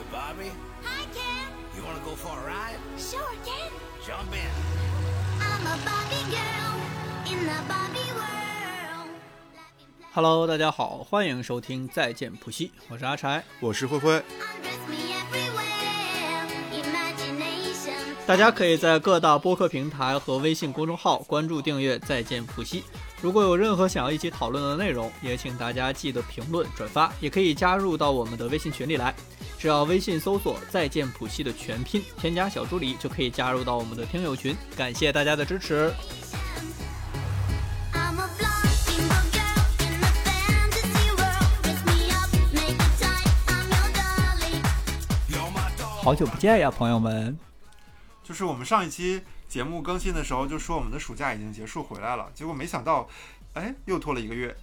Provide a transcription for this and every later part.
Bobby. Hi, Ken. You want to go for a ride? Sure, Ken. Jump in. I'm a Barbie girl in the Barbie world. Hello， 大家好，欢迎收听再见普西，我是阿柴， 我是灰灰。 Undress me everywhere. Imagination. 大家可以在各大播客平台和微信公众号关注订阅再见普西。如果有任何想要一起讨论的内容，也请大家记得评论转发，也可以加入到我们的微信群里来。只要微信搜索再见普西的全拼，添加小助理就可以加入到我们的听友群。感谢大家的支持。 I'm a blonde steamboat girl in the fantasy world. Dress me up, make it tight. I'm your darling. You're my dog. 好久不见呀，朋友们。 就是我们上一期节目更新的时候就说我们的暑假已经结束回来了，结果没想到，又拖了1个月。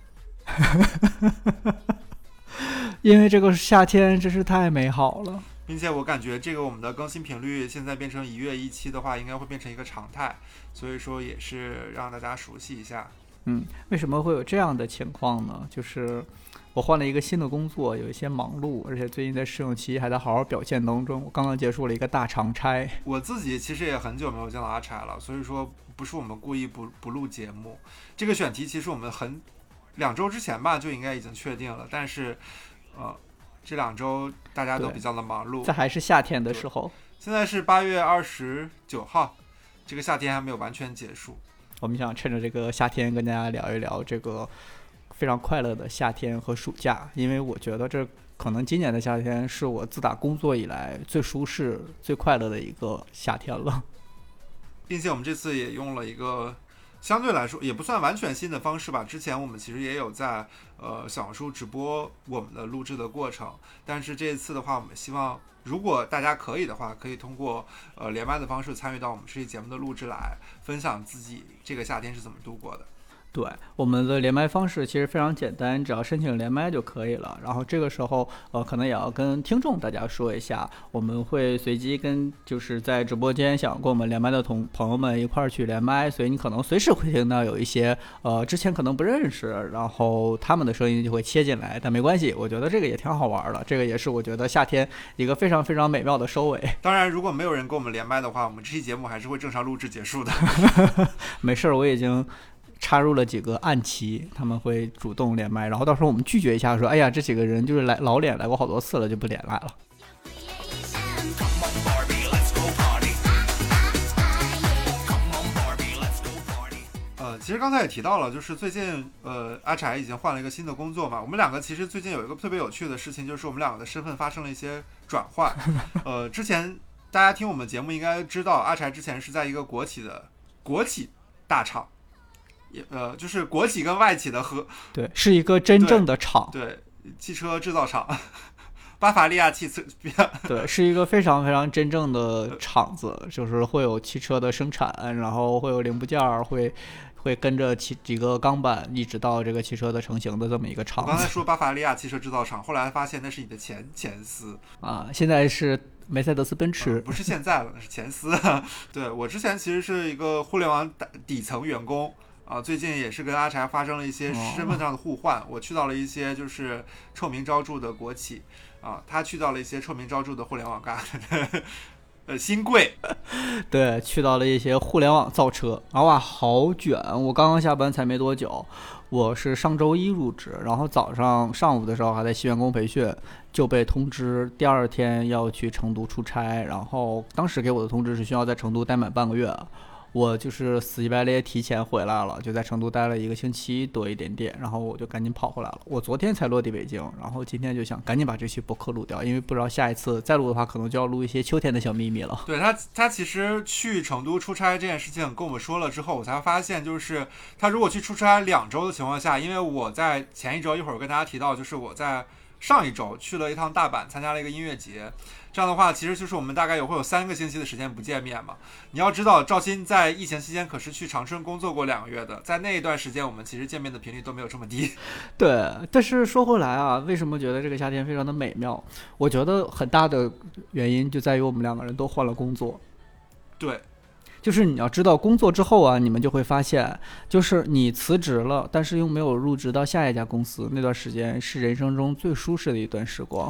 因为这个夏天真是太美好了， 并且我感觉这个我们的更新频率现在变成1月1期的话，应该会变成一个常态，所以说也是让大家熟悉一下。 为什么会有这样的情况呢？就是我换了一个新的工作，有一些忙碌，而且最近在试用期还在好好表现当中。我刚刚结束了一个大长差。 我自己其实也很久没有见到阿柴了，所以说不是我们故意不录节目。这个选题其实我们2周之前吧就应该已经确定了，但是这2周大家都比较的忙碌， 在还是夏天的时候。 现在是8月29号，这个夏天还没有完全结束。 我们想趁着这个夏天跟大家聊一聊这个非常快乐的夏天和暑假，因为我觉得这可能今年的夏天是我自打工作以来最舒适最快乐的一个夏天了。 并且我们这次也用了一个相对来说也不算完全新的方式吧，之前我们其实也有在小红书直播我们的录制的过程，但是这一次的话，我们希望如果大家可以的话，可以通过连麦的方式参与到我们这期节目的录制来，分享自己这个夏天是怎么度过的。 对，我们的连麦方式其实非常简单，只要申请连麦就可以了。然后这个时候可能也要跟听众大家说一下，我们会随机跟就是在直播间想跟我们连麦的朋友们一块儿去连麦，所以你可能随时会听到有一些之前可能不认识，然后他们的声音就会切进来，但没关系，我觉得这个也挺好玩的，这个也是我觉得夏天一个非常非常美妙的收尾。 当然如果没有人跟我们连麦的话，我们这期节目还是会正常录制结束的。 没事，我已经插入了几个暗棋，他们会主动连麦，然后到时候我们拒绝一下，说哎呀这几个人就是老脸来过好多次了，就不连麦了。 Come on, Barbie, let's go party. Come on, Barbie, let's go party. 其实刚才也提到了，就是最近阿柴已经换了一个新的工作嘛。我们两个其实最近有一个特别有趣的事情，就是我们两个的身份发生了一些转换。之前大家听我们节目应该知道，阿柴之前是在一个国企大厂。就是国企跟外企的对，是一个真正的厂， 对，汽车制造厂，巴伐利亚汽车， 对，是一个非常非常真正的厂子，就是会有汽车的生产，然后会有零部件，会跟着几个钢板一直到这个汽车的成型的这么一个厂子。 我刚才说巴伐利亚汽车制造厂，后来发现那是你的前司啊，现在是梅赛德斯奔驰， 不是现在了，那是前司。对，我之前其实是一个互联网底层员工。最近也是跟阿柴发生了一些身份上的互换，我去到了一些就是臭名昭著的国企，他去到了一些臭名昭著的互联网干，新贵， 对，去到了一些互联网造车，哇，好卷！我刚刚下班才没多久，我是上周一入职，然后上午的时候还在西员工培训，就被通知第2天要去成都出差，然后当时给我的通知是需要在成都待满半个月。我就是死乞白赖提前回来了，就在成都待了1个星期多一点点，然后我就赶紧跑回来了。我昨天才落地北京，然后今天就想赶紧把这期播客录掉，因为不知道下一次再录的话，可能就要录一些秋天的小秘密了。 对，他其实去成都出差这件事情跟我们说了之后，我才发现就是他如果去出差2周的情况下，因为我在前1周一会儿跟大家提到，就是我在上1周去了一趟大阪，参加了一个音乐节。这样的话，其实就是我们大概会有3个星期的时间不见面嘛。你要知道，赵鑫在疫情期间可是去长春工作过2个月的，在那一段时间，我们其实见面的频率都没有这么低。 对，但是说回来啊，为什么觉得这个夏天非常的美妙？我觉得很大的原因就在于我们2个人都换了工作。 对， 就是你要知道工作之后啊，你们就会发现，就是你辞职了，但是又没有入职到下一家公司，那段时间是人生中最舒适的一段时光。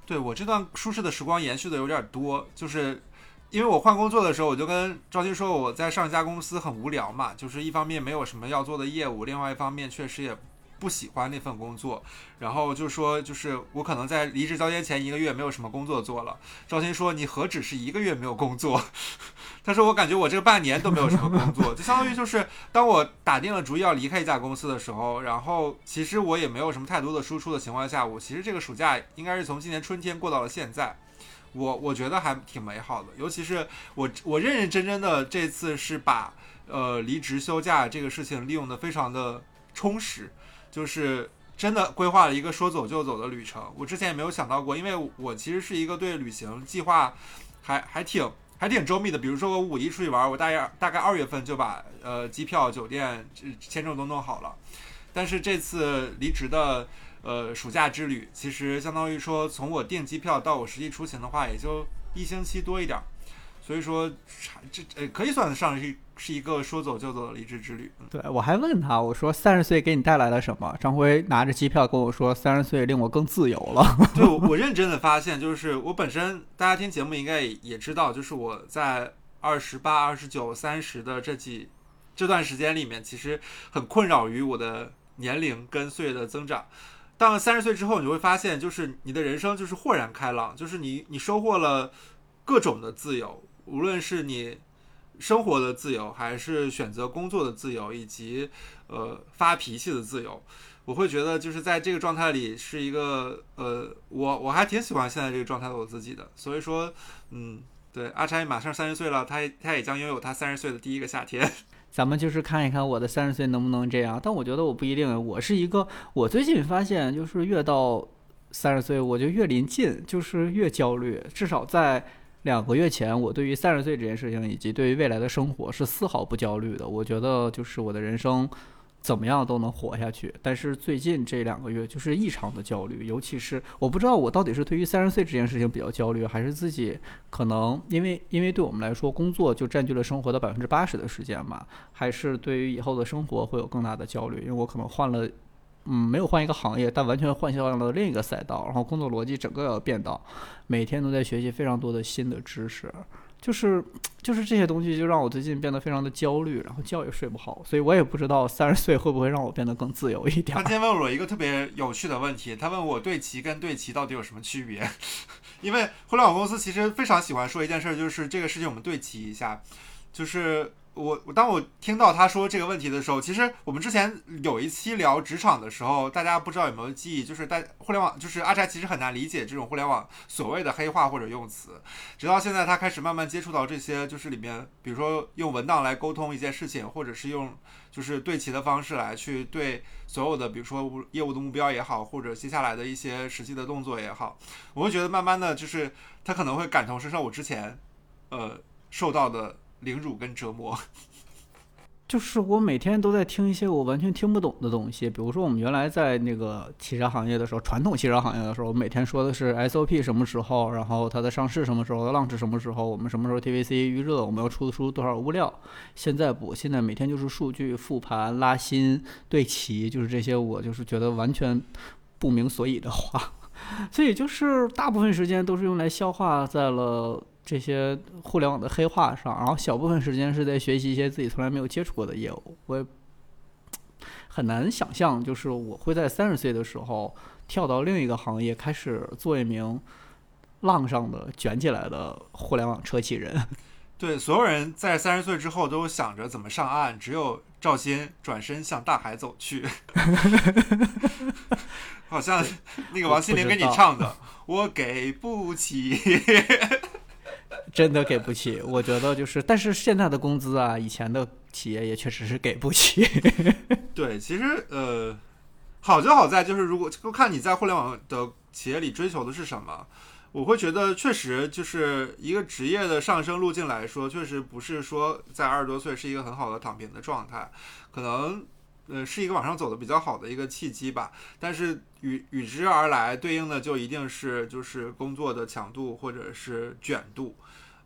对，我这段舒适的时光延续的有点多，就是因为我换工作的时候，我就跟赵鑫说我在上一家公司很无聊嘛，就是一方面没有什么要做的业务，另外一方面确实也不喜欢那份工作，然后就说就是我可能在离职交接前1个月没有什么工作做了。赵鑫说你何止是1个月没有工作，他说我感觉我这个半年都没有什么工作，就相当于就是当我打定了主意要离开一家公司的时候，然后其实我也没有什么太多的输出的情况下，我其实这个暑假应该是从今年春天过到了现在。我觉得还挺美好的，尤其是我认认真真的这次是把离职休假这个事情利用的非常的充实，就是真的规划了一个说走就走的旅程。我之前也没有想到过，因为我其实是一个对旅行计划还挺周密的。比如说我5一出去玩，我大概2月份就把机票、酒店、签证都弄好了。但是这次离职的暑假之旅，其实相当于说从我订机票到我实际出行的话，也就1星期多一点。所以说这可以算得上是一个说走就走的离职之旅。 对，我还问他，我说30岁给你带来了什么？张辉拿着机票跟我说，30岁令我更自由了。 对，我认真的发现，就是我本身大家听节目应该也知道，就是我在28、29、30的这段时间里面，其实很困扰于我的年龄跟岁月的增长。到了30岁之后，你会发现，就是你的人生就是豁然开朗，就是你收获了各种的自由，无论是你生活的自由，还是选择工作的自由，以及发脾气的自由。我会觉得就是在这个状态里是一个我还挺喜欢现在这个状态的我自己的。所以说对，阿柴马上30岁了，他也将拥有他30岁的第一个夏天。 咱们就是看一看我的30岁能不能这样，但我觉得我不一定。我最近发现，就是越到30岁，我就越临近，就是越焦虑。至少在2个月前，我对于30岁这件事情以及对于未来的生活是丝毫不焦虑的。我觉得就是我的人生怎么样都能活下去。但是最近这2个月就是异常的焦虑，尤其是我不知道我到底是对于30岁这件事情比较焦虑，还是自己可能因为对我们来说，工作就占据了生活的80%的时间嘛，还是对于以后的生活会有更大的焦虑，因为我可能换了。没有换一个行业，但完全换向了另一个赛道，然后工作逻辑整个要变道，每天都在学习非常多的新的知识，就是这些东西就让我最近变得非常的焦虑，然后觉也睡不好，所以我也不知道30岁会不会让我变得更自由一点。 他今天问我一个特别有趣的问题，他问我对齐跟对齐到底有什么区别？因为互联网公司其实非常喜欢说一件事，就是这个事情我们对齐一下，就是当我听到他说这个问题的时候，其实我们之前有一期聊职场的时候，大家不知道有没有记忆，就是互联网，就是阿柴其实很难理解这种互联网所谓的黑话或者用词，直到现在他开始慢慢接触到这些，就是里面比如说用文档来沟通一件事情，或者是用就是对齐的方式来去对所有的比如说业务的目标也好，或者接下来的一些实际的动作也好，我会觉得慢慢的就是他可能会感同身受我之前受到的凌辱跟折磨。 就是我每天都在听一些我完全听不懂的东西，比如说我们原来在那个汽车行业的时候，传统汽车行业的时候，每天说的是 SOP 什么时候，然后它的上市什么时候，它 launch 什么时候，我们什么时候 TVC 预热，我们要出多少物料。现在不，现在每天就是数据复盘、拉新、对齐，就是这些我就是觉得完全不明所以的话，所以就是大部分时间都是用来消化在了这些互联网的黑话上，然后小部分时间是在学习一些自己从来没有接触过的业务。我也很难想象，就是我会在30岁的时候跳到另一个行业，开始做一名浪上的卷起来的互联网车企人。 对，所有人在30岁之后都想着怎么上岸，只有赵鑫转身向大海走去。好像那个王心凌跟你唱的我给不起。 真的给不起，我觉得就是，但是现在的工资啊，以前的企业也确实是给不起。 对，其实好就好在就是，如果看你在互联网的企业里追求的是什么，我会觉得确实就是一个职业的上升路径来说，确实不是说在20多岁是一个很好的躺平的状态，可能是一个往上走的比较好的一个契机吧。但是与之而来对应的就一定是就是工作的强度或者是卷度。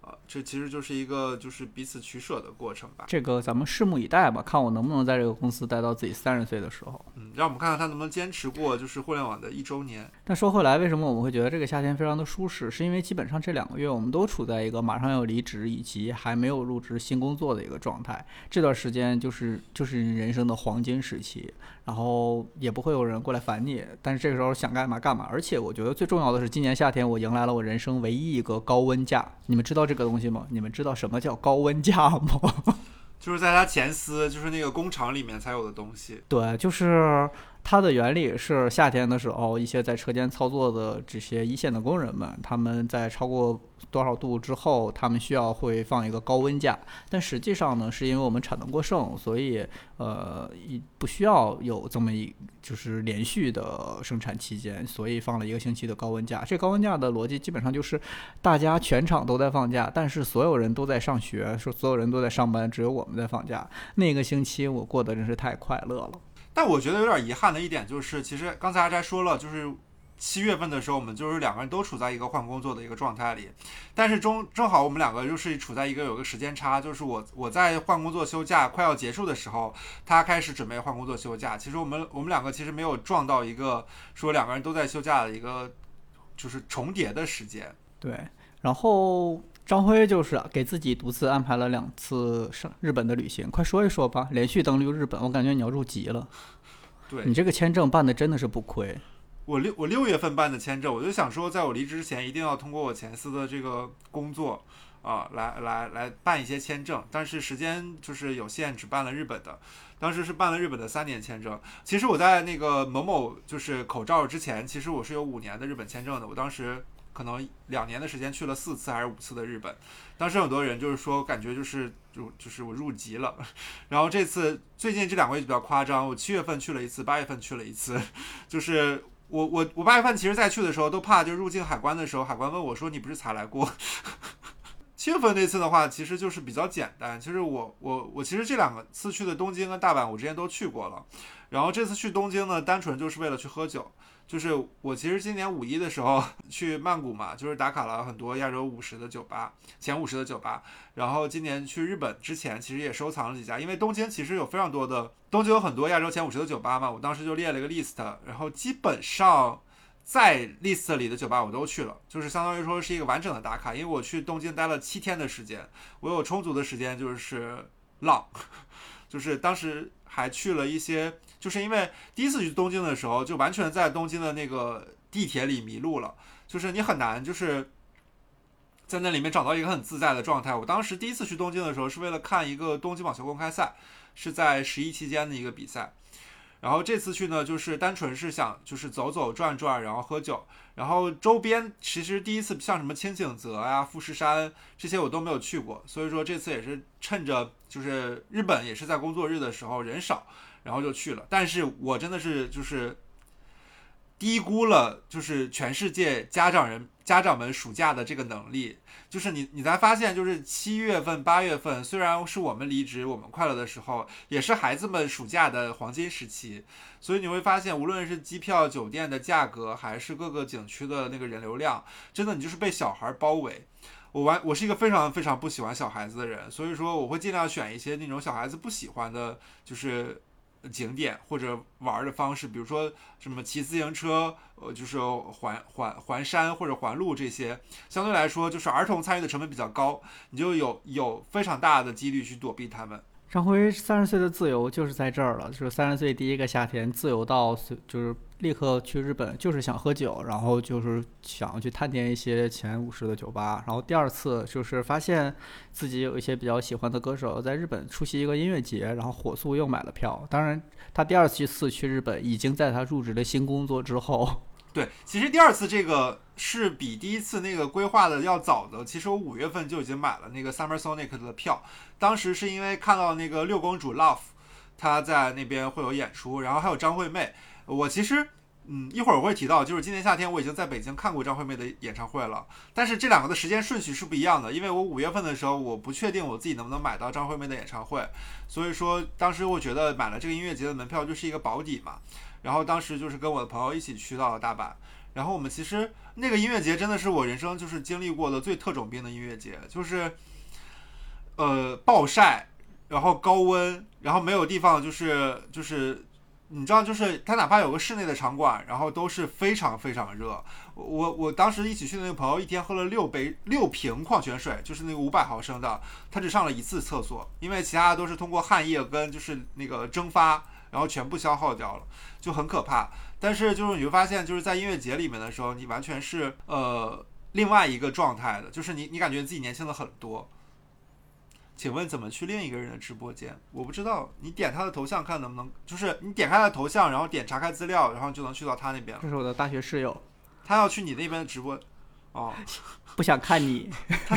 这其实就是一个就是彼此取舍的过程吧。 这个咱们拭目以待吧，看我能不能在这个公司待到自己30岁的时候。 让我们看看他能不能坚持过就是互联网的1周年。 但说回来，为什么我们会觉得这个夏天非常的舒适？是因为基本上这2个月我们都处在一个马上要离职以及还没有入职新工作的一个状态。这段时间就是人生的黄金时期，然后也不会有人过来烦你，但是这个时候想干嘛干嘛。而且我觉得最重要的是，今年夏天我迎来了我人生唯一一个高温假。你们知道这个东西吗？你们知道什么叫高温假吗？ 就是在它前司，就是那个工厂里面才有的东西。 对，就是它的原理是夏天的时候，一些在车间操作的这些一线的工人们，他们在超过多少度之后，他们需要会放一个高温假。但实际上呢，是因为我们产能过剩，所以不需要有这么就是连续的生产期间，所以放了1个星期的高温假。这高温假的逻辑基本上就是大家全场都在放假，但是所有人都在上学，说所有人都在上班，只有我们在放假。那个星期我过得真是太快乐了。 但我觉得有点遗憾的一点就是，其实刚才阿斋说了，就是7月份的时候，我们就是2个人都处在一个换工作的一个状态里，但是正好我们2个就是处在有个时间差，就是我在换工作休假快要结束的时候，他开始准备换工作休假。其实我们2个其实没有撞到一个说2个人都在休假的一个就是重叠的时间。 对，然后张辉就是给自己独自安排了2次上日本的旅行，快说一说吧。连续登陆日本，我感觉你要入籍了。 对， 你这个签证办的真的是不亏。 我6月份办的签证，我就想说，在我离职之前，一定要通过我前司的这个工作来办一些签证，但是时间就是有限，只办了日本的。当时是办了日本的3年签证。其实我在那个某某就是口罩之前，其实我是有5年的日本签证的。我当时可能2年的时间去了4次还是5次的日本。当时很多人就是说感觉就是我入籍了。然后这次最近这2个月就比较夸张，我7月份去了1次，8月份去了1次。就是我8月份其实再去的时候都怕，就入境海关的时候，海关问我说你不是才来过7月份那次的话，其实就是比较简单。其实我其实这2次去的东京跟大阪，我之前都去过了。然后这次去东京呢，单纯就是为了去喝酒。就是我其实今年5·1的时候去曼谷嘛，就是打卡了很多亚洲50的酒吧，前50的酒吧。然后今年去日本之前，其实也收藏了几家，因为东京其实有非常多的，东京有很多亚洲前50的酒吧嘛，我当时就列了一个 list， 然后基本上在 list 里的酒吧我都去了，就是相当于说是一个完整的打卡。因为我去东京待了7天的时间，我有充足的时间就是浪，就是当时还去了一些，就是因为第一次去东京的时候，就完全在东京的那个地铁里迷路了，就是你很难就是在那里面找到一个很自在的状态。我当时第一次去东京的时候，是为了看一个东京网球公开赛，是在11期间的一个比赛。然后这次去呢，就是单纯是想就是走走转转，然后喝酒。然后周边其实第一次像什么清景泽啊、富士山这些我都没有去过，所以说这次也是趁着就是日本也是在工作日的时候人少，然后就去了。但是我真的是就是低估了就是全世界家长们暑假的这个能力。就是你才发现，就是7月份8月份虽然是我们离职我们快乐的时候，也是孩子们暑假的黄金时期。所以你会发现，无论是机票酒店的价格，还是各个景区的那个人流量，真的你就是被小孩包围。我是一个非常非常不喜欢小孩子的人，所以说我会尽量选一些那种小孩子不喜欢的，就是景点或者玩的方式，比如说什么骑自行车，就是环山或者环路，这些相对来说就是儿童参与的成本比较高，你就有非常大的几率去躲避他们。 张辉30岁的自由就是在这儿了，就是30岁第一个夏天，自由到就是立刻去日本，就是想喝酒，然后就是想去探店一些前50的酒吧。然后第2次就是发现自己有一些比较喜欢的歌手在日本出席一个音乐节，然后火速又买了票。当然他第2次去日本已经在他入职的新工作之后。 对，其实第2次这个是比第1次那个规划的要早的。其实我5月份就已经买了那个 Summer Sonic 的票，当时是因为看到那个六公主 Love 她在那边会有演出，然后还有张惠妹。我其实一会儿我会提到，就是今年夏天我已经在北京看过张惠妹的演唱会了，但是这2个的时间顺序是不一样的。因为我5月份的时候我不确定我自己能不能买到张惠妹的演唱会，所以说当时我觉得买了这个音乐节的门票就是一个保底嘛。然后当时就是跟我的朋友一起去到了大阪， 然后我们其实那个音乐节真的是我人生就是经历过的最特种兵的音乐节，就是暴晒，然后高温，然后没有地方就是你知道，就是它哪怕有个室内的场馆，然后都是非常非常热。我当时一起去的那个朋友，一天喝了6瓶矿泉水，就是那个500毫升的，他只上了1次厕所，因为其他的都是通过汗液跟就是那个蒸发，然后全部消耗掉了，就很可怕。但是就是你会发现，就是在音乐节里面的时候，你完全是另外一个状态的，就是你感觉自己年轻了很多。请问怎么去另一个人的直播间？我不知道，你点他的头像看能不能，就是你点开他的头像，然后点查看资料，然后就能去到他那边了。 这是我的大学室友， 他要去你那边的直播，哦， 不想看你。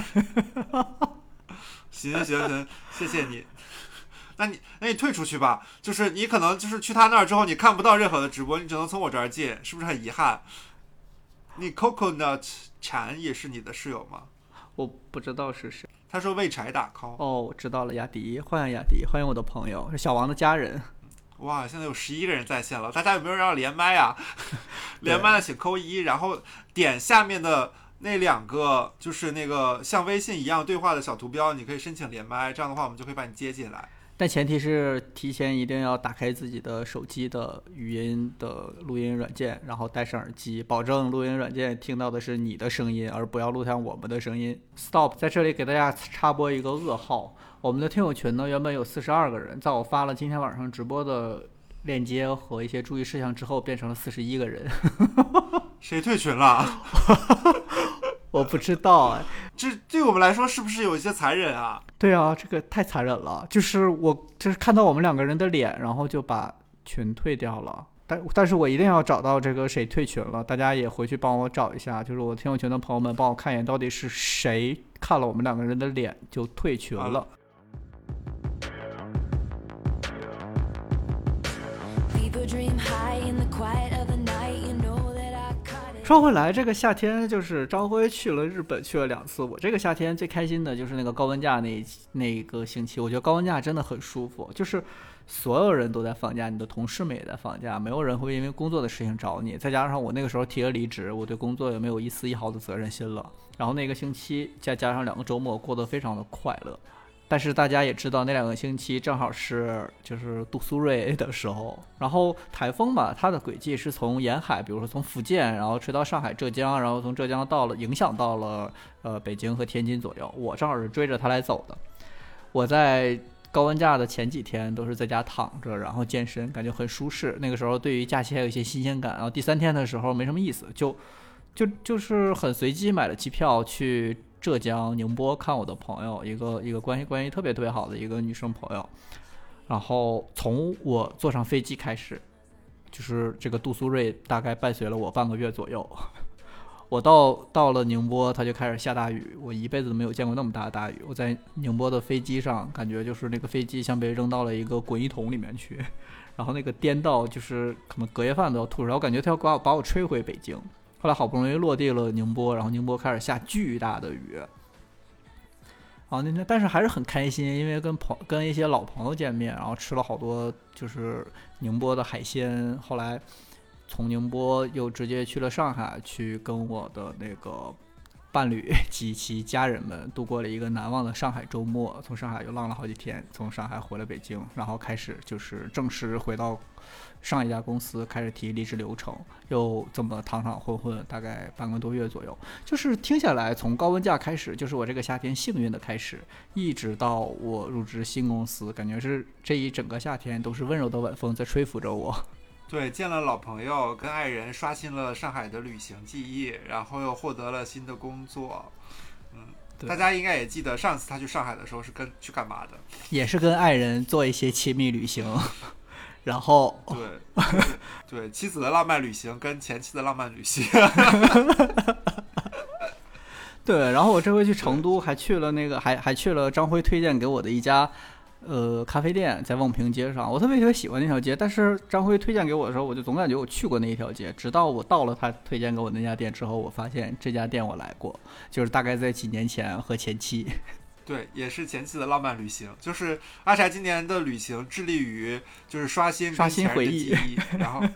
行，谢谢你。那你退出去吧，就是你可能就是去他那儿之后，你看不到任何的直播，你只能从我这儿进，是不是很遗憾？你 Coconut 蝉也是你的室友吗？ 我不知道是谁。 他说为柴打 call。 哦，我知道了，雅迪，欢迎雅迪，欢迎我的朋友，是小王的家人。 哇，现在有11个人在线了，大家有没有人要连麦啊？连麦的请扣1，然后点下面的那2个就是那个像微信一样对话的小图标，你可以申请连麦，这样的话我们就可以把你接进来。 但前提是提前一定要打开自己的手机的语音的录音软件，然后戴上耳机，保证录音软件听到的是你的声音，而不要录上我们的声音。Stop， 在这里给大家插播一个噩耗，我们的听友群呢原本有42个人，在我发了今天晚上直播的链接和一些注意事项之后，变成了41个人。 谁退群了？ 我不知道哎， 这对我们来说是不是有一些残忍啊？ 对啊，这个太残忍了。就是我就是看到我们2个人的脸，然后就把群退掉了。但是我一定要找到这个谁退群了，大家也回去帮我找一下，就是我听友群的朋友们帮我看一眼，到底是谁看了我们2个人的脸就退群了。说回来，这个夏天就是张辉去了日本，去了2次。我这个夏天最开心的就是那个高温假那个星期，我觉得高温假真的很舒服，就是所有人都在放假，你的同事们也在放假，没有人会因为工作的事情找你。再加上我那个时候提了离职，我对工作也没有一丝一毫的责任心了。然后那个星期再加上2个周末，过得非常的快乐。但是大家也知道，那2个星期正好是就是杜苏芮的时候，然后台风嘛，它的轨迹是从沿海，比如说从福建，然后吹到上海、浙江，然后从浙江影响到了北京和天津左右。我正好是追着它来走的。我在高温假的前几天都是在家躺着，然后健身，感觉很舒适。那个时候对于假期还有一些新鲜感。然后第3天的时候没什么意思，就是很随机买了机票去浙江宁波看我的朋友，一个关系特别特别好的一个女生朋友。然后从我坐上飞机开始，就是这个杜苏芮大概伴随了我半个月左右。我到了宁波，它就开始下大雨，我一辈子都没有见过那么大的大雨。我在宁波的飞机上，感觉就是那个飞机像被扔到了一个滚衣桶里面去，然后那个颠倒就是可能隔夜饭都要吐出来，我感觉它要把我吹回北京。后来好不容易落地了宁波，然后宁波开始下巨大的雨，那天但是还是很开心，因为跟一些老朋友见面，然后吃了好多就是宁波的海鲜。后来从宁波又直接去了上海，去跟我的那个伴侣及其家人们度过了一个难忘的上海周末。从上海又浪了好几天，从上海回了北京，然后开始就是正式回到上一家公司，开始提离职流程，又这么躺混，大概半个多月左右。就是听下来，从高温假开始，就是我这个夏天幸运的开始，一直到我入职新公司，感觉是这一整个夏天都是温柔的晚风在吹拂着我。 对，见了老朋友，跟爱人刷新了上海的旅行记忆，然后又获得了新的工作。大家应该也记得上次他去上海的时候是去干嘛的？ 也是跟爱人做一些亲密旅行。然后对妻子的浪漫旅行跟前妻的浪漫旅行。 对，然后我这回去成都还去了那个还去了张辉推荐给我的一家咖啡店，在望平街上。我特别特别喜欢那条街，但是张辉推荐给我的时候，我就总感觉我去过那一条街，直到我到了他推荐给我那家店之后，我发现这家店我来过，就是大概在几年前和前妻。 对，也是前期的浪漫旅行，就是阿柴今年的旅行致力于就是刷新回忆， 然后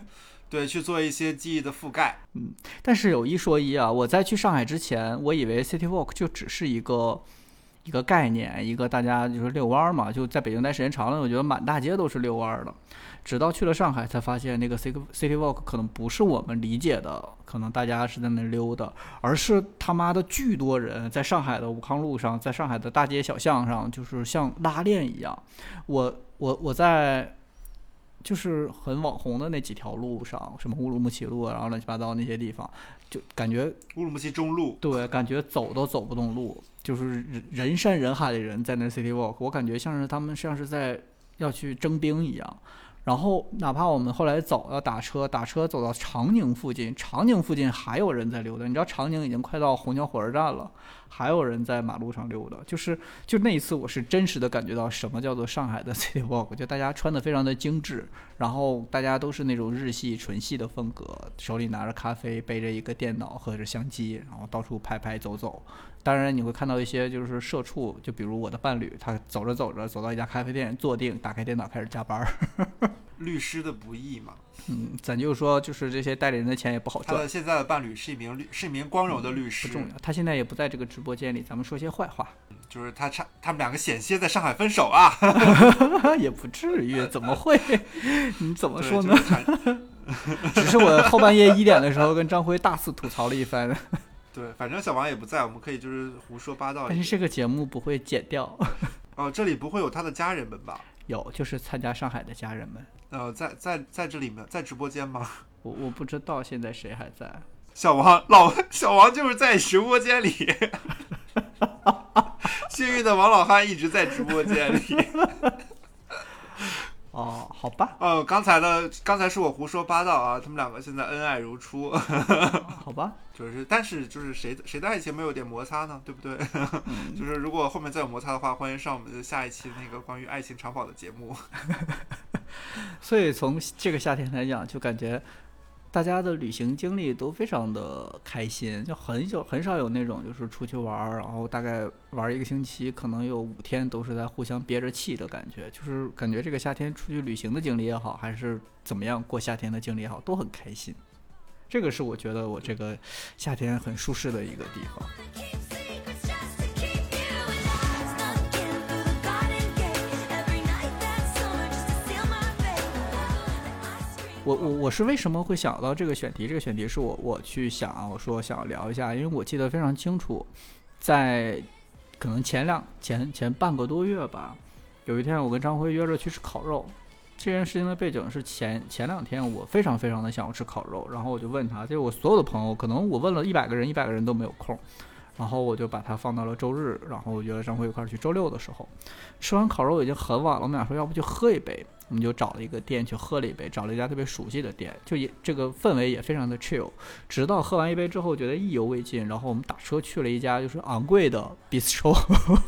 对，去做一些记忆的覆盖。 但是有一说一啊，我在去上海之前，我以为 City Walk 就只是一个概念，一个大家就是遛弯嘛，就在北京待时间长了，我觉得满大街都是遛弯的。直到去了上海，才发现那个 City Walk 可能不是我们理解的，可能大家是在那溜达，而是他妈的巨多人在上海的武康路上，在上海的大街小巷上，就是像拉练一样。我在就是很网红的那几条路上，什么乌鲁木齐路啊，然后乱七八糟那些地方，就感觉乌鲁木齐中路， 对，感觉走都走不动路，就是人山人海的人在那 City Walk， 我感觉像是他们像是在要去征兵一样。然后哪怕我们后来走要打车走到长宁附近还有人在溜达，你知道长宁已经快到虹桥火车站了，还有人在马路上溜达，就那一次我是真实的感觉到什么叫做上海的 City Walk， 就大家穿的非常的精致，然后大家都是那种日系纯系的风格，手里拿着咖啡，背着一个电脑和着相机，然后到处拍拍走走。当然你会看到一些就是社畜，就比如我的伴侣，他走着走着走到一家咖啡店坐定，打开电脑开始加班。 律师的不易嘛。 咱就说就是这些代理人的钱也不好赚。 他的现在的伴侣是一名光荣的律师， 不重要，他现在也不在这个直播间里，咱们说些坏话。 就是他们两个险些在上海分手啊。 也不至于，怎么会？你怎么说呢？ 就只是我后半夜1点的时候跟张辉大肆吐槽了一番。 对，反正小王也不在，我们可以就是胡说八道。 但是这个节目不会剪掉。 哦，这里不会有他的家人们吧？ 有，就是参加上海的家人们。 在这里面，在直播间吗？ 我不知道现在谁还在。 小王就是在直播间里。幸运的王老汉一直在直播间里。 哦，好吧。 刚才是我胡说八道啊，他们两个现在恩爱如初。 好吧。 但是谁的爱情没有点摩擦呢？对不对？就是如果后面再有摩擦的话，欢迎上我们的下一期那个关于爱情长跑的节目。 所以从这个夏天来讲，就感觉大家的旅行经历都非常的开心，就很少有那种就是出去玩，然后大概玩1个星期，可能有5天都是在互相憋着气的感觉。就是感觉这个夏天出去旅行的经历也好，还是怎么样过夏天的经历也好，都很开心。这个是我觉得我这个夏天很舒适的一个地方。我是为什么会想到这个选题？这个选题是我去想，我说想聊一下，因为我记得非常清楚，在可能前半个多月吧，有一天我跟张辉约着去吃烤肉。这件事情的背景是前2天我非常非常的想要吃烤肉，然后我就问他，就我所有的朋友，可能我问了100个人都没有空，然后我就把它放到了周日，然后我约了张辉一块儿去周6的时候，吃完烤肉已经很晚了，我们俩说要不去喝一杯，我们就找了一个店去喝了一杯，找了一家特别熟悉的店，就这个氛围也非常的 chill， 直到喝完一杯之后觉得意犹未尽，然后我们打车去了一家就是昂贵的 bistro。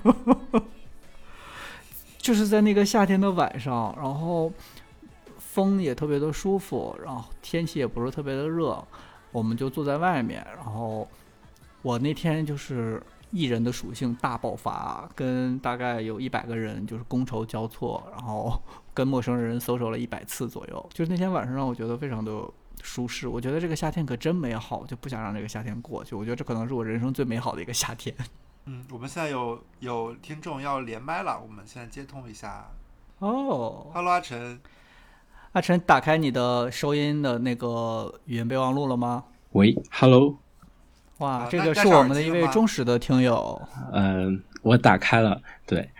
就是在那个夏天的晚上，然后风也特别的舒服，然后天气也不是特别的热，我们就坐在外面，然后我那天就是艺人的属性大爆发，跟大概有100个人就是觥筹交错，然后跟陌生人social了100次左右，就是那天晚上让我觉得非常的舒适。我觉得这个夏天可真美好，就不想让这个夏天过去，我觉得这可能是我人生最美好的一个夏天。 我们现在有听众要连麦了，我们现在接通一下。 哦 ，Hello， 阿晨。 阿晨，打开你的收音的那个语音备忘录了吗？ 喂 ，Hello。 哇，这个是我们的一位忠实的听友。 我打开了，对。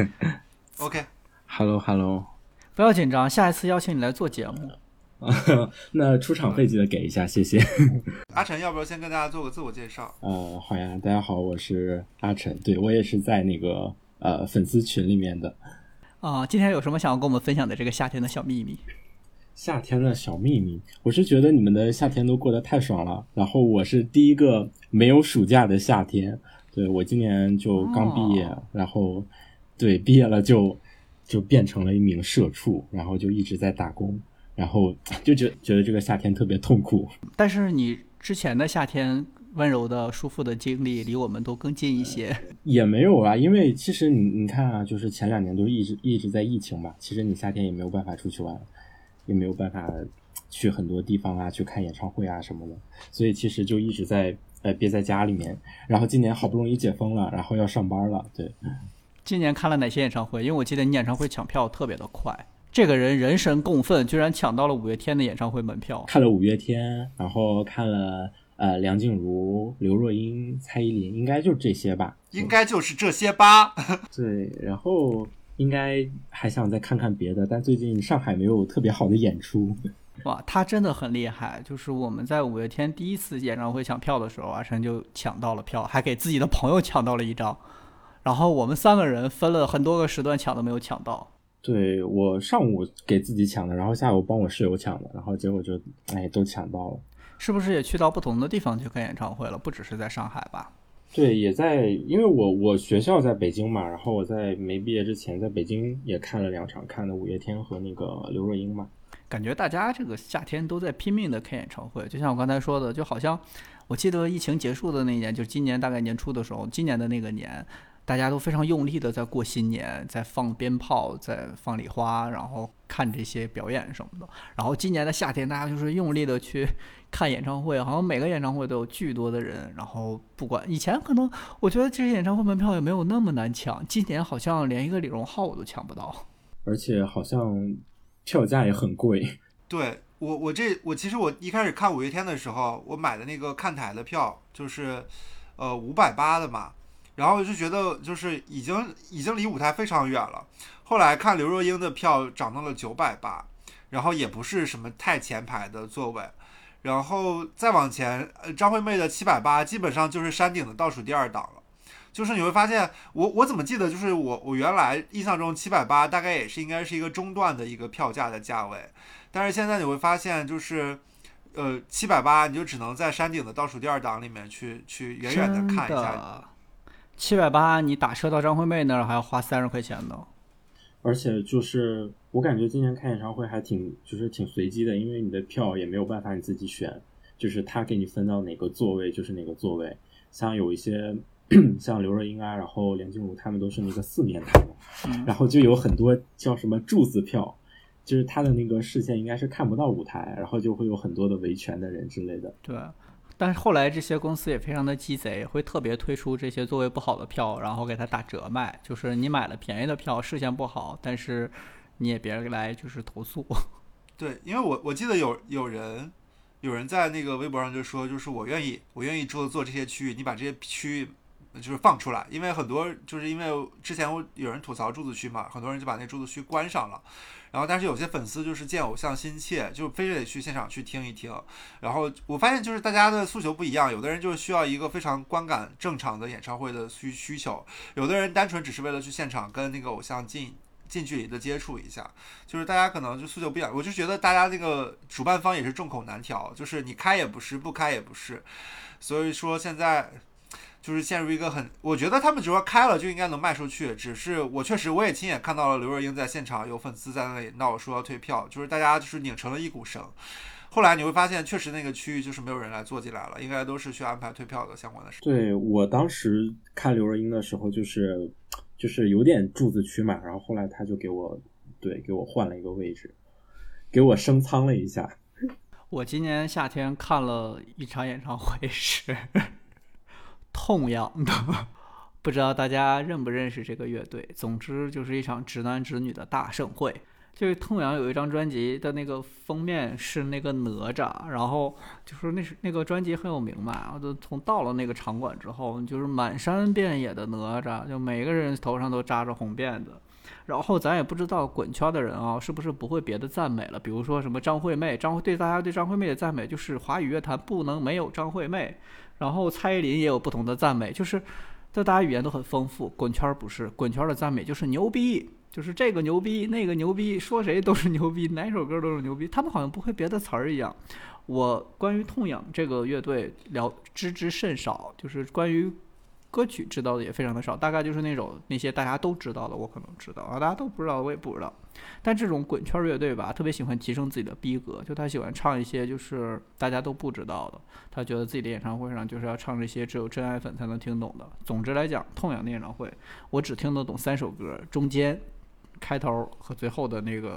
OK。Hello。 不要紧张，下一次邀请你来做节目。 那出场费记得给一下，谢谢。 阿晨，要不要先跟大家做个自我介绍？ 好呀，大家好，我是阿晨，对，我也是在那个粉丝群里面的。 今天有什么想要跟我们分享的这个夏天的小秘密？ 夏天的小秘密，我是觉得你们的夏天都过得太爽了，然后我是第一个没有暑假的夏天。对，我今年就刚毕业，然后对毕业了就变成了一名社畜，然后就一直在打工。然后就觉得这个夏天特别痛苦。 但是你之前的夏天温柔的舒服的经历离我们都更近一些。 也没有啊，因为其实你看啊，就是前2年都一直在疫情嘛，其实你夏天也没有办法出去玩，也没有办法去很多地方啊，去看演唱会啊什么的，所以其实就一直在憋在家里面。然后今年好不容易解封了，然后要上班了，对。 今年看了哪些演唱会？因为我记得你演唱会抢票特别的快，这个人人神共愤，居然抢到了五月天的演唱会门票。 看了五月天，然后看了梁静茹、刘若英、蔡依林，应该就这些吧。 应该就是这些吧。 对，然后应该还想再看看别的，但最近上海没有特别好的演出。 哇，他真的很厉害！就是我们在五月天第一次演唱会抢票的时候，阿晨就抢到了票，还给自己的朋友抢到了一张。然后我们3个人分了很多个时段抢都没有抢到。 对，我上午给自己抢的，然后下午帮我室友抢的，然后结果就都抢到了。 是不是也去到不同的地方去看演唱会了？不只是在上海吧？ 对，也在，因为我学校在北京嘛，然后我在没毕业之前在北京也看了2场，看了五月天和那个刘若英嘛。 感觉大家这个夏天都在拼命的看演唱会，就像我刚才说的，就好像我记得疫情结束的那一年，就是今年大概年初的时候，今年的那个年，大家都非常用力的在过新年，在放鞭炮，在放礼花，然后看这些表演什么的。然后今年的夏天，大家就是用力的去看演唱会，好像每个演唱会都有巨多的人。然后不管以前可能我觉得这些演唱会门票也没有那么难抢，今年好像连一个李荣浩我都抢不到， 而且好像票价也很贵。 对，我其实我一开始看五月天的时候，我买的那个看台的票就是580的嘛，然后就觉得就是已经离舞台非常远了。后来看刘若英的票涨到了980，然后也不是什么太前排的座位，然后再往前，张惠妹的780基本上就是山顶的倒数第2档了。就是你会发现，我怎么记得，就是我原来印象中780大概也是应该是一个中段的一个票价的价位，但是现在你会发现，就是780你就只能在山顶的倒数第2档里面去远远的看一下。 780你打车到张惠妹那儿还要花30块钱呢。 而且就是我感觉今年看演唱会还挺随机的，因为你的票也没有办法你自己选，就是他给你分到哪个座位就是哪个座位。像有一些像刘若英啊，然后梁静茹他们都是那个4面台嘛，然后就有很多叫什么柱子票，就是他的那个视线应该是看不到舞台，然后就会有很多的维权的人之类的。 对，但是后来这些公司也非常的鸡贼，会特别推出这些座位不好的票，然后给它打折卖，就是你买了便宜的票，视线不好，但是你也别来就是投诉。 对，因为我记得有人在那个微博上就说，就是我愿意做这些区域，你把这些区域就是放出来，因为很多就是因为之前有人吐槽柱子区嘛，很多人就把那柱子区关上了，然后但是有些粉丝就是见偶像心切，就非得去现场去听一听。然后我发现就是大家的诉求不一样，有的人就需要一个非常观感正常的演唱会的需求，有的人单纯只是为了去现场跟那个偶像近距离的接触一下，就是大家可能就诉求不一样。我就觉得大家那个主办方也是众口难调，就是你开也不是，不开也不是，所以说现在就是陷入一个我觉得他们只要开了就应该能卖出去，只是我也亲眼看到了刘若英在现场有粉丝在那里闹说要退票，就是大家就是拧成了一股绳。后来你会发现确实那个区域就是没有人来坐进来了，应该都是去安排退票的相关的事。 对，我当时看刘若英的时候就是有点柱子区嘛，然后后来他就给我换了一个位置，给我升舱了一下。 我今年夏天看了一场演唱会是痛仰的，不知道大家认不认识这个乐队。总之就是一场直男直女的大盛会。就是痛仰有一张专辑的那个封面是那个哪吒，然后就是那个专辑很有名嘛，我就到了那个场馆之后，就是满山遍野的哪吒，就每个人头上都扎着红辫子。然后咱也不知道滚圈的人啊，是不是不会别的赞美了？比如说什么张惠妹，大家对张惠妹的赞美就是华语乐坛不能没有张惠妹。然后蔡依林也有不同的赞美，就是大家语言都很丰富。滚圈不是，滚圈的赞美就是牛逼，就是这个牛逼那个牛逼，说谁都是牛逼，哪首歌都是牛逼，他们好像不会别的词儿一样。我关于痛仰这个乐队知之甚少，就是关于歌曲知道的也非常的少，大概就是那些大家都知道的我可能知道，大家都不知道的我也不知道。但这种滚圈乐队吧，特别喜欢提升自己的逼格，就他喜欢唱一些就是大家都不知道的，他觉得自己的演唱会上就是要唱这些只有真爱粉才能听懂的。总之来讲，痛仰的演唱会我只听得懂3首歌，中间开头和最后的那个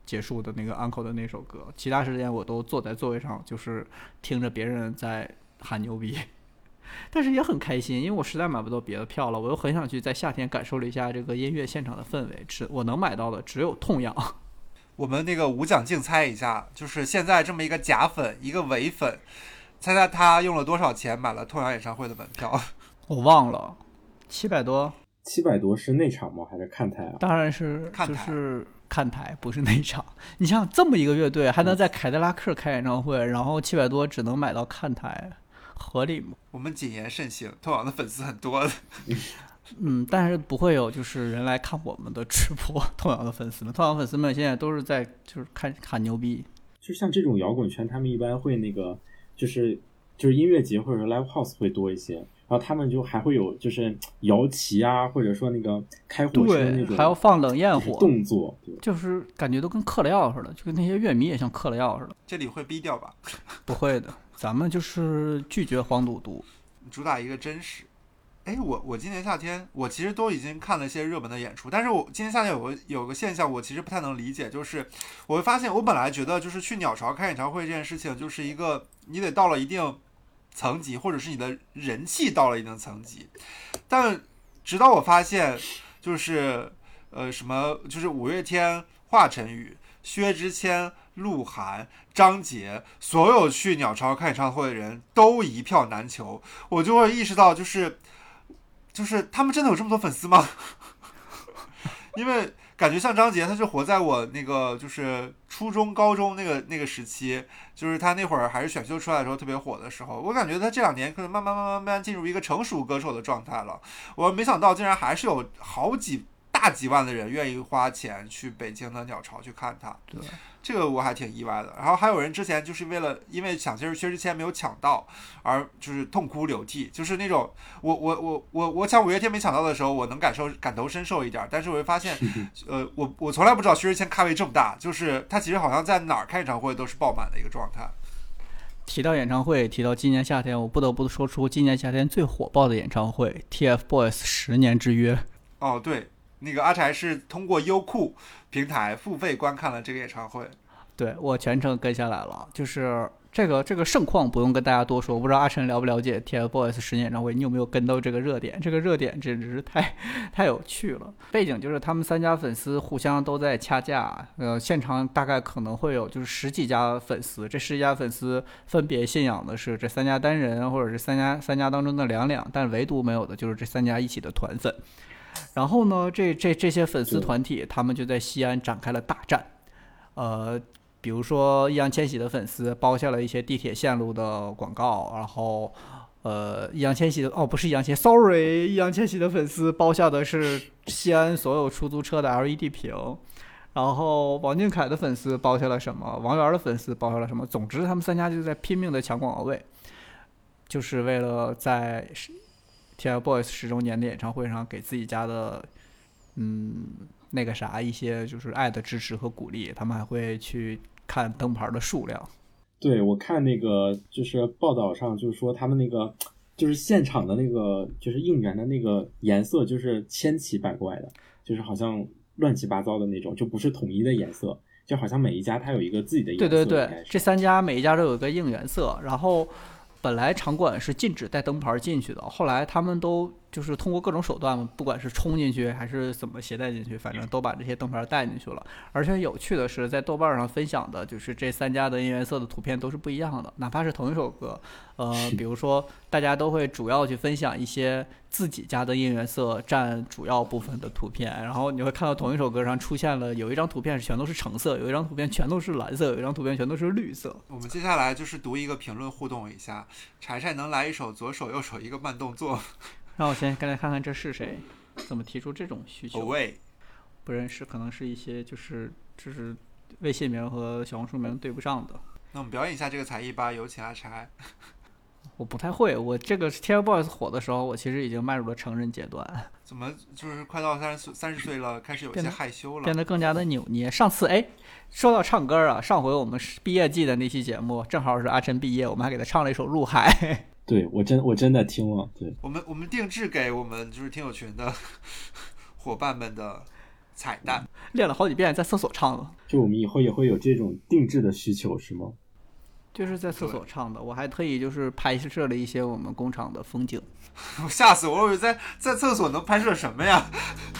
结束的那个 uncle 的那首歌，其他时间我都坐在座位上，就是听着别人在喊牛逼。但是也很开心，因为我实在买不到别的票了，我又很想去在夏天感受了一下这个音乐现场的氛围。我能买到的只有痛痒。 我们那个无奖竞猜一下，就是现在这么一个假粉，一个伪粉，猜猜他用了多少钱买了痛痒演唱会的门票？ 我忘了，700多。 700多是内场吗？还是看台啊？ 当然是看台就是看台，不是内场。你想这么一个乐队还能在凯迪拉克开演唱会，然后700多只能买到看台，合理吗？ 我们谨言慎行，痛痒的粉丝很多的。 但是不会有就是人来看我们的直播。痛痒的粉丝们，痛痒粉丝们现在都是在就是喊牛逼。 就像这种摇滚圈，他们一般会那个就是音乐节或者 live house 会多一些，然后他们就还会有就是摇旗啊，或者说那个开火车那对， 种， 还要放冷焰火动作，对， 就是感觉都跟嗑了药似的，就跟那些乐迷也像嗑了药似的。 这里会逼掉吧？ 不会的，咱们就是拒绝黄赌毒。 主打一个真实。哎，我今年夏天我其实都已经看了一些热门的演出，但是我今年夏天有个现象，我其实不太能理解，就是我会发现，我本来觉得就是去鸟巢开演唱会这件事情，就是一个你得到了一定层级，或者是你的人气到了一定层级，但直到我发现，就是什么，就是五月天、华晨宇、薛之谦、鹿晗、张杰，所有去鸟巢看演唱会的人都一票难求，我就会意识到，就是他们真的有这么多粉丝吗？因为感觉像张杰，他是活在我那个就是初中、高中那个时期，就是他那会儿还是选秀出来的时候特别火的时候。我感觉他这2年可能慢慢进入一个成熟歌手的状态了。我没想到竟然还是有大几万的人愿意花钱去北京的鸟巢去看他。 对， 这个我还挺意外的。然后还有人之前就是因为抢薛之谦没有抢到而就是痛哭流涕，就是那种我抢五月天没抢到的时候，我能感同身受一点，但是我会发现我从来不知道薛之谦咖位这么大，就是他其实好像在哪儿开演唱会都是爆满的一个状态。 提到演唱会，提到今年夏天，我不得不说出今年夏天最火爆的演唱会 TFBOYS 10年之约。 哦，对，那个阿柴是通过优酷平台付费观看了这个演唱会。 对，我全程跟下来了，就是这个盛况不用跟大家多说，我不知道阿晨了不了解 TFBOYS 10年演唱会，你有没有跟到这个热点？这个热点简直是太有趣了。背景就是他们3家粉丝互相都在掐架，现场大概可能会有就是10几家粉丝，这10几家粉丝分别信仰的是这3家单人或者是三家当中的两，但唯独没有的就是这3家一起的团粉。然后呢，这些粉丝团体他们就在西安展开了大战，比如说易烊千玺的粉丝包下了一些地铁线路的广告，然后易烊千玺的不是易烊千，sorry， 易烊千玺的粉丝包下的是西安所有出租车的 LED 屏，然后王俊凯的粉丝包下了什么，王源的粉丝包下了什么，总之他们3家就在拼命的抢广告位，就是为了在TFBOYS 10周年的演唱会上给自己家的那个啥一些就是爱的支持和鼓励，他们还会去看灯牌的数量。 对，我看那个就是报道上就是说他们那个就是现场的那个就是应援的那个颜色就是千奇百怪的，就是好像乱七八糟的那种，就不是统一的颜色，就好像每一家它有一个自己的颜色。 对，这3家每一家都有一个应援色，然后本来场馆是禁止带灯牌进去的，后来他们都就是通过各种手段，不管是冲进去还是怎么携带进去，反正都把这些灯牌带进去了。而且有趣的是，在豆瓣上分享的就是这3家的应援色的图片都是不一样的，哪怕是同一首歌，比如说大家都会主要去分享一些自己家的应援色占主要部分的图片，然后你会看到同一首歌上出现了有一张图片全都是橙色，有一张图片全都是蓝色，有一张图片全都是绿色。 我们接下来就是读一个评论互动一下，柴柴能来一首左手右手一个慢动作？ 让我先来看看这是谁，怎么提出这种需求？ 喂， 不认识，可能是一些就是微信名和小红书名对不上的。 那我们表演一下这个才艺吧，有请阿柴。 我不太会，我这个 TFBOYS 火的时候，我其实已经迈入了成人阶段。 怎么就是快到30岁了，开始有些害羞了， 变得更加的扭捏。上次说到唱歌啊，上回我们毕业季的那期节目，正好是阿晨毕业，我们还给他唱了一首《入海》。 对，我真的听了。对， 我们定制给我们就是听友群的伙伴们的彩蛋。 练了好几遍，在厕所唱的， 就我们以后也会有这种定制的需求是吗？ 就是在厕所唱的。我还特意就是拍摄了一些我们工厂的风景。 我吓死我！我以为在厕所能拍摄什么呀？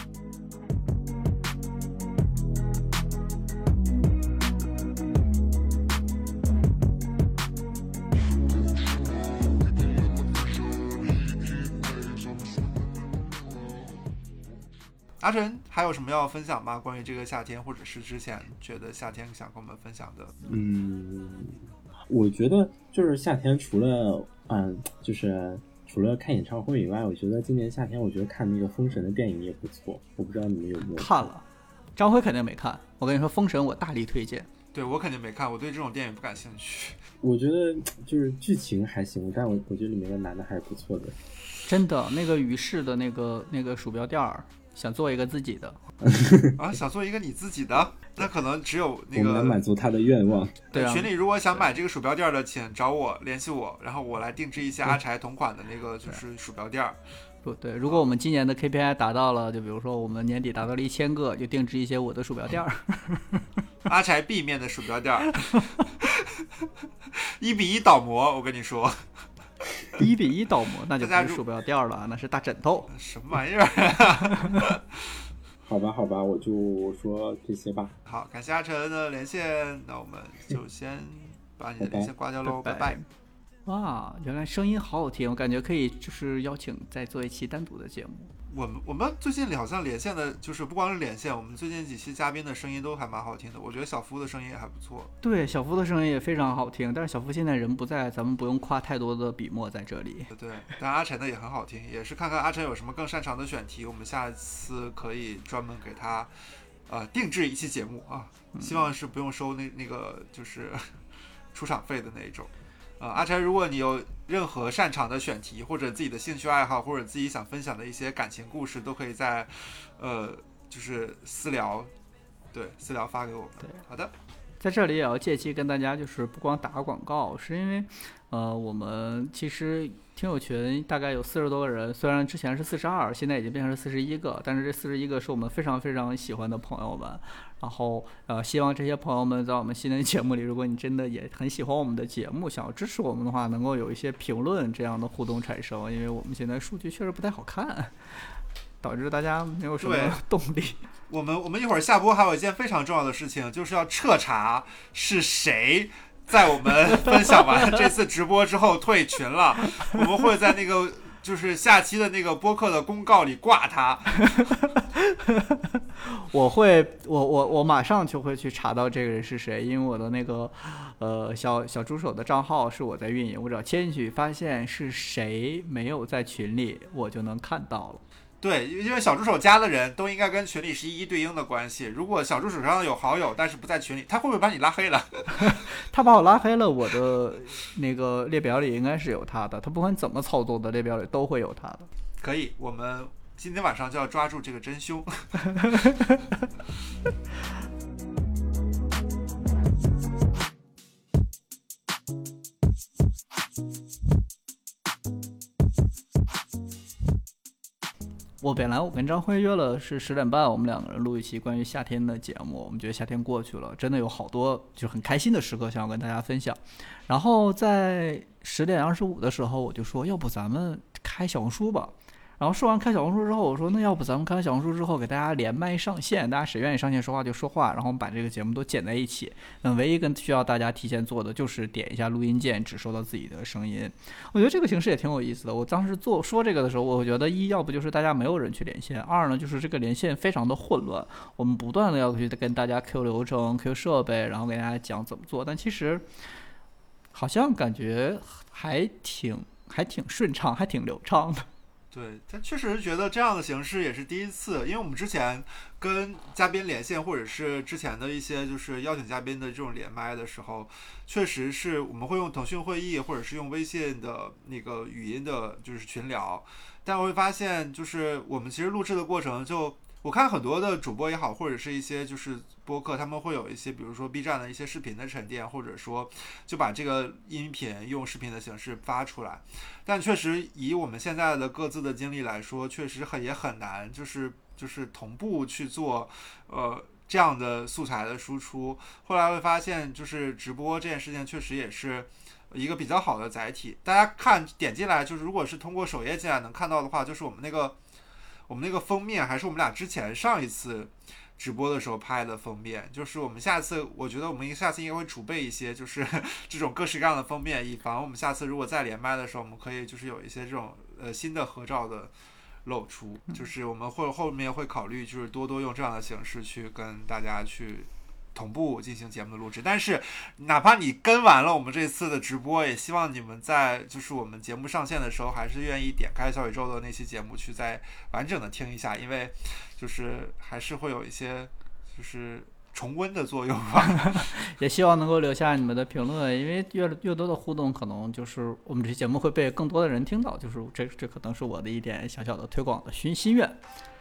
阿晨还有什么要分享吗？关于这个夏天，或者是之前觉得夏天想跟我们分享的？ 我觉得就是夏天除了就是除了看演唱会以外，我觉得今年夏天我觉得看那个封神的电影也不错。我不知道你们有没有看了，张辉肯定没看。我跟你说，封神我大力推荐。 对，我肯定没看，我对这种电影不感兴趣。 我觉得就是剧情还行，但我觉得里面的男的还是不错的。 真的，那个于适的那个鼠标垫儿，想做一个自己的啊，想做一个你自己的，那可能只有那个我们来满足他的愿望。 对啊， 群里如果想买这个鼠标垫的，请找我联系我，然后我来定制一些阿柴同款的那个就是鼠标垫。 不对，如果我们今年的 KPI 达到了，就比如说我们年底达到了1000个，就定制一些我的鼠标垫儿。 阿柴 B 面的鼠标垫，1:1倒模，我跟你说 1:1倒模，那就不是鼠标垫了，那是大枕头。 什么玩意儿？ 好吧，我就说这些吧。 好，感谢阿晨的连线，那我们就先把你的连线挂掉喽，拜拜。 哇，原来声音好好听，我感觉可以就是邀请再做一期单独的节目。 我们最近好像连线的，就是不光是连线，我们最近几期嘉宾的声音都还蛮好听的。我觉得小夫的声音也还不错。 对，小夫的声音也非常好听，但是小夫现在人不在，咱们不用夸太多的笔墨在这里。 对，但阿晨的也很好听，也是看看阿晨有什么更擅长的选题，我们下一次可以专门给他定制一期节目啊，希望是不用收那个就是出场费的那一种。阿柴，如果你有任何擅长的选题，或者自己的兴趣爱好，或者自己想分享的一些感情故事，都可以在就是私聊发给我们。 对， 好的。 在这里也要借机跟大家就是不光打广告，是因为我们其实听友群大概有40多个人，虽然之前是42，现在已经变成是41个，但是这41个是我们非常非常喜欢的朋友们。然后希望这些朋友们在我们新的节目里，如果你真的也很喜欢我们的节目，想要支持我们的话，能够有一些评论这样的互动产生，因为我们现在数据确实不太好看，导致大家没有什么动力。 我们一会儿下播还有一件非常重要的事情，就是要彻查是谁在我们分享完这次直播之后退群了。我们会在那个就是下期的那个播客的公告里挂他。 我马上就会去查到这个人是谁，因为我的那个小助手的账号是我在运营，我只要切进去发现是谁没有在群里，我就能看到了。 对，因为小助手加的人都应该跟群里是一对应的关系。如果小助手上有好友，但是不在群里，他会不会把你拉黑了？ 他把我拉黑了，我的那个列表里应该是有他的。他不管怎么操作的列表里都会有他的。 可以，我们今天晚上就要抓住这个真凶。 我本来我跟张辉约了是10点半，我们2个人录一期关于夏天的节目。我们觉得夏天过去了，真的有好多就很开心的时刻想要跟大家分享。然后在10点25的时候，我就说要不咱们开小红书吧。然后说完开小红书之后，我说那要不咱们开小红书之后给大家连麦上线，大家谁愿意上线说话就说话，然后我们把这个节目都剪在一起。那唯一需要大家提前做的就是点一下录音键，只收到自己的声音。我觉得这个形式也挺有意思的。我当时说这个的时候，我觉得要不就是大家没有人去连线，二呢就是这个连线非常的混乱，我们不断的要去跟大家 Q 流程 Q 设备，然后给大家讲怎么做，但其实好像感觉还挺顺畅，还挺流畅的。 对，但确实觉得这样的形式也是第一次，因为我们之前跟嘉宾连线，或者是之前的一些就是邀请嘉宾的这种连麦的时候，确实是我们会用腾讯会议或者是用微信的那个语音的就是群聊，但我会发现就是我们其实录制的过程就我看很多的主播也好，或者是一些就是播客，他们会有一些比如说 B 站的一些视频的沉淀，或者说就把这个音频用视频的形式发出来，但确实以我们现在的各自的经历来说，确实也很难，就是就是同步去做这样的素材的输出。后来会发现，就是直播这件事情确实也是一个比较好的载体。大家看点进来，就是如果是通过首页进来能看到的话，就是我们那个封面还是我们俩之前上一次直播的时候拍的封面，就是我们下次，我觉得我们下次应该会储备一些，就是这种各式各样的封面，以防我们下次如果再连麦的时候，我们可以就是有一些这种新的合照的露出，就是我们后面会考虑就是多用这样的形式去跟大家去同步进行节目的录制。但是哪怕你跟完了我们这次的直播，也希望你们在就是我们节目上线的时候，还是愿意点开小宇宙的那期节目去再完整的听一下，因为就是还是会有一些就是重温的作用吧。 也希望能够留下你们的评论，因为越多的互动，可能就是我们这期节目会被更多的人听到，就是这可能是我的一点小小的推广的心愿。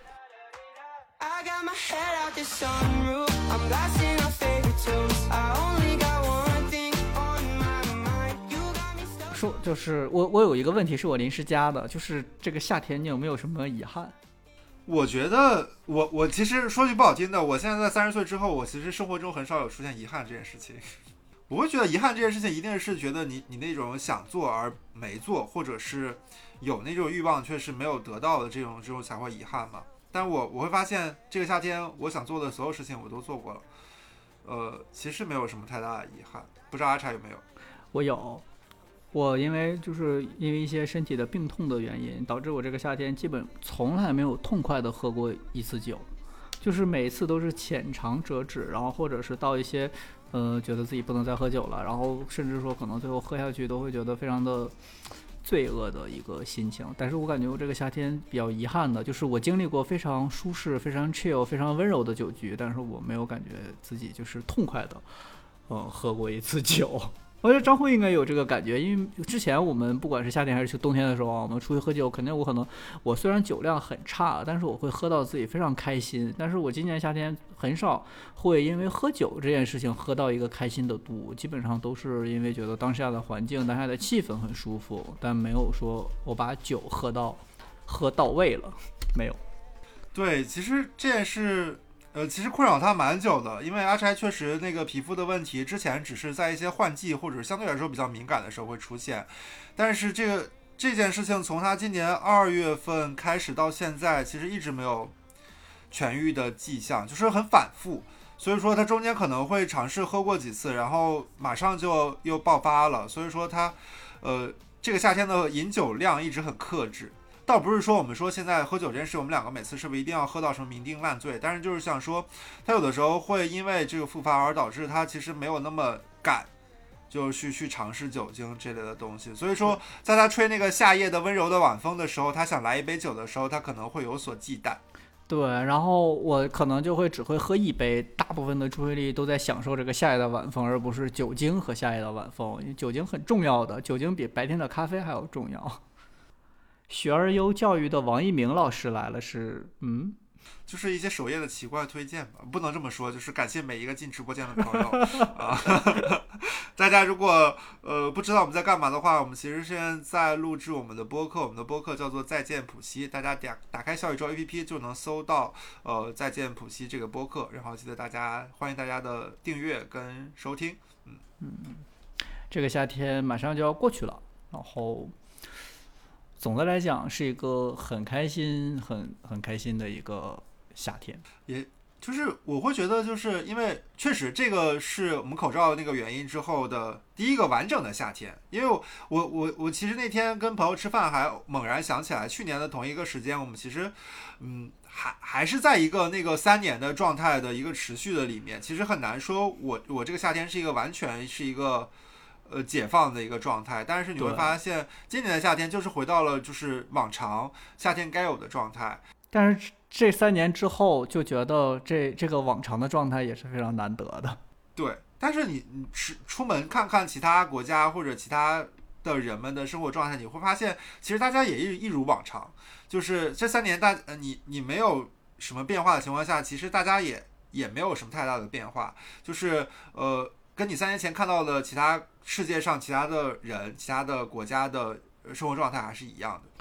I got my head out the sunroof. I'm blasting our favorite tunes. I only got one thing on my mind. You got me stuck. 说就是我有一个问题是我临时加的，就是这个夏天你有没有什么遗憾？ 我觉得我其实说句不好听的，我现在在30岁之后，我其实生活中很少有出现遗憾这件事情。我会觉得遗憾这件事情一定是觉得你那种想做而没做，或者是有那种欲望却是没有得到的这种才会遗憾嘛。但我会发现这个夏天我想做的所有事情我都做过了，其实没有什么太大的遗憾。不知道阿茶有没有？ 我有，我因为一些身体的病痛的原因，导致我这个夏天基本从来没有痛快的喝过一次酒，就是每一次都是浅尝辄止，然后或者是到一些觉得自己不能再喝酒了，然后甚至说可能最后喝下去都会觉得非常的罪恶的一个心情。但是我感觉我这个夏天比较遗憾的就是我经历过非常舒适、非常 chill、非常温柔的酒局，但是我没有感觉自己就是痛快的喝过一次酒。我觉得张辉应该有这个感觉，因为之前我们不管是夏天还是冬天的时候，我们出去喝酒，肯定我虽然酒量很差，但是我会喝到自己非常开心。但是我今年夏天很少会因为喝酒这件事情喝到一个开心的度，基本上都是因为觉得当下的环境、当下的气氛很舒服，但没有说我把酒喝到位了，没有。 对，其实这件事其实困扰他蛮久的，因为阿柴确实那个皮肤的问题之前只是在一些换季或者相对来说比较敏感的时候会出现，但是这件事情从他今年2月份开始到现在，其实一直没有痊愈的迹象，就是很反复。所以说他中间可能会尝试喝过几次，然后马上就又爆发了。所以说他这个夏天的饮酒量一直很克制。倒不是说我们说现在喝酒这件事，我们两个每次是不是一定要喝到什么酩酊烂醉？但是就是想说，他有的时候会因为这个复发而导致他其实没有那么敢，就去尝试酒精这类的东西。所以说，在他吹那个夏夜的温柔的晚风的时候，他想来一杯酒的时候，他可能会有所忌惮。 对，然后我可能就会只会喝一杯，大部分的注意力都在享受这个夏夜的晚风，而不是酒精和夏夜的晚风。因为酒精很重要的，酒精比白天的咖啡还要重要。学而优教育的王一鸣老师来了， 就是一些首页的奇怪推荐吧，不能这么说，就是感谢每一个进直播间的朋友啊。大家如果不知道我们在干嘛的话，我们其实现在在录制我们的播客，我们的播客叫做再见普西，大家打开小宇宙 APP 就能搜到再见普西这个播客，然后记得欢迎大家的订阅跟收听。 这个夏天马上就要过去了，然后总的来讲是一个很开心、很开心的一个夏天。 也就是我会觉得，就是因为确实这个是我们口罩那个原因之后的第一个完整的夏天。因为我其实那天跟朋友吃饭，还猛然想起来，去年的同一个时间，我们其实还是在一个那个3年的状态的一个持续的里面，其实很难说我这个夏天是一个完全是一个解放的一个状态。但是你会发现今年的夏天就是回到了就是往常夏天该有的状态。 但是这3年之后就觉得这个往常的状态也是非常难得的。 对，但是你出门看看其他国家或者其他的人们的生活状态，你会发现其实大家也一如往常，就是这3年你没有什么变化的情况下，其实大家也没有什么太大的变化，就是跟你3年前看到的其他世界上其他的人、其他的国家的生活状态还是一样的。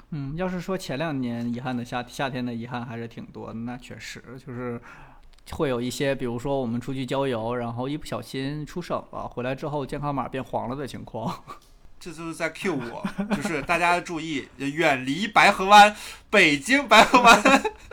要是说前2年遗憾的夏天的遗憾还是挺多的，那确实就是会有一些，比如说我们出去郊游，然后一不小心出省了，回来之后健康码变黄了的情况。 这就是在 cue 我，就是大家注意，远离白河湾，北京白河湾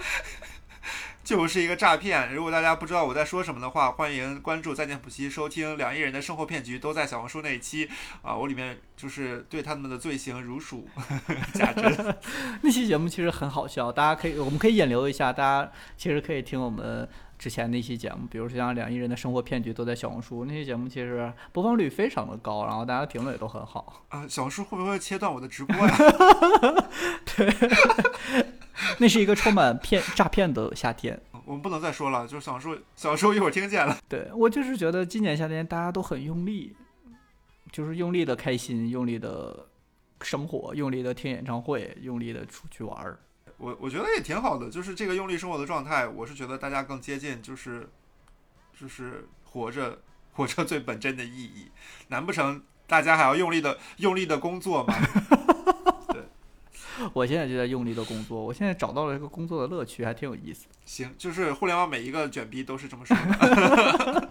就是一个诈骗。如果大家不知道我在说什么的话，欢迎关注再见普希，收听2亿人的生活骗局都在小红书那一期啊，我里面就是对他们的罪行如数家珍。 那期节目其实很好笑，我们可以引流一下，大家其实可以听我们之前的一期节目，比如说像2亿人的生活骗局都在小红书那些节目，其实播放率非常的高，然后大家评论也都很好。 小红书会不会切断我的直播呀？ 对，那是一个充满诈骗的夏天。 我们不能再说了，就是小红书一会儿听见了。 对，我就是觉得今年夏天大家都很用力，就是用力的开心，用力的生活，用力的听演唱会，用力的出去玩。 我觉得也挺好的，就是这个用力生活的状态，我是觉得大家更接近就是活着最本真的意义。难不成大家还要用力的工作吗？对， 我现在就在用力的工作，我现在找到了这个工作的乐趣，还挺有意思。 行，就是互联网每一个卷逼都是这么说的。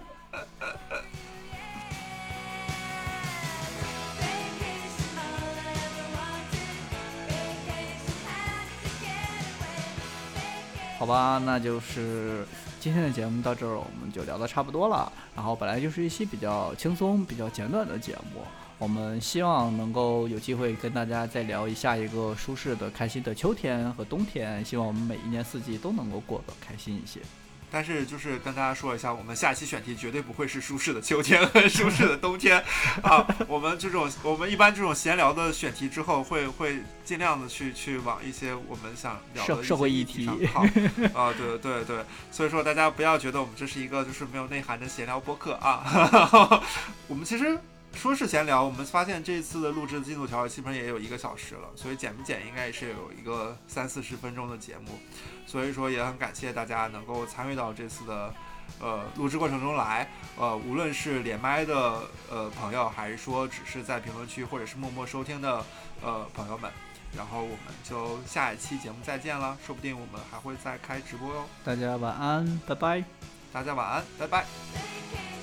好吧，那就是今天的节目到这儿，我们就聊得差不多了。然后本来就是一期比较轻松、比较简短的节目，我们希望能够有机会跟大家再聊下一个舒适的、开心的秋天和冬天。希望我们每一年四季都能够过得开心一些。 但是就是跟大家说一下，我们下期选题绝对不会是舒适的秋天和舒适的冬天啊。我们一般这种闲聊的选题之后会尽量的去往一些我们想聊的社会议题上靠啊。对对对，所以说大家不要觉得我们这是一个就是没有内涵的闲聊播客啊。我们其实说是闲聊，我们发现这次的录制的进度条基本上也有1个小时了，所以剪不剪应该也是有一个30-40分钟的节目。所以说也很感谢大家能够参与到这次的录制过程中来，无论是连麦的朋友，还是说只是在评论区或者是默默收听的朋友们，然后我们就下一期节目再见了，说不定我们还会再开直播哟。 大家晚安，拜拜。 大家晚安，拜拜。 Vacation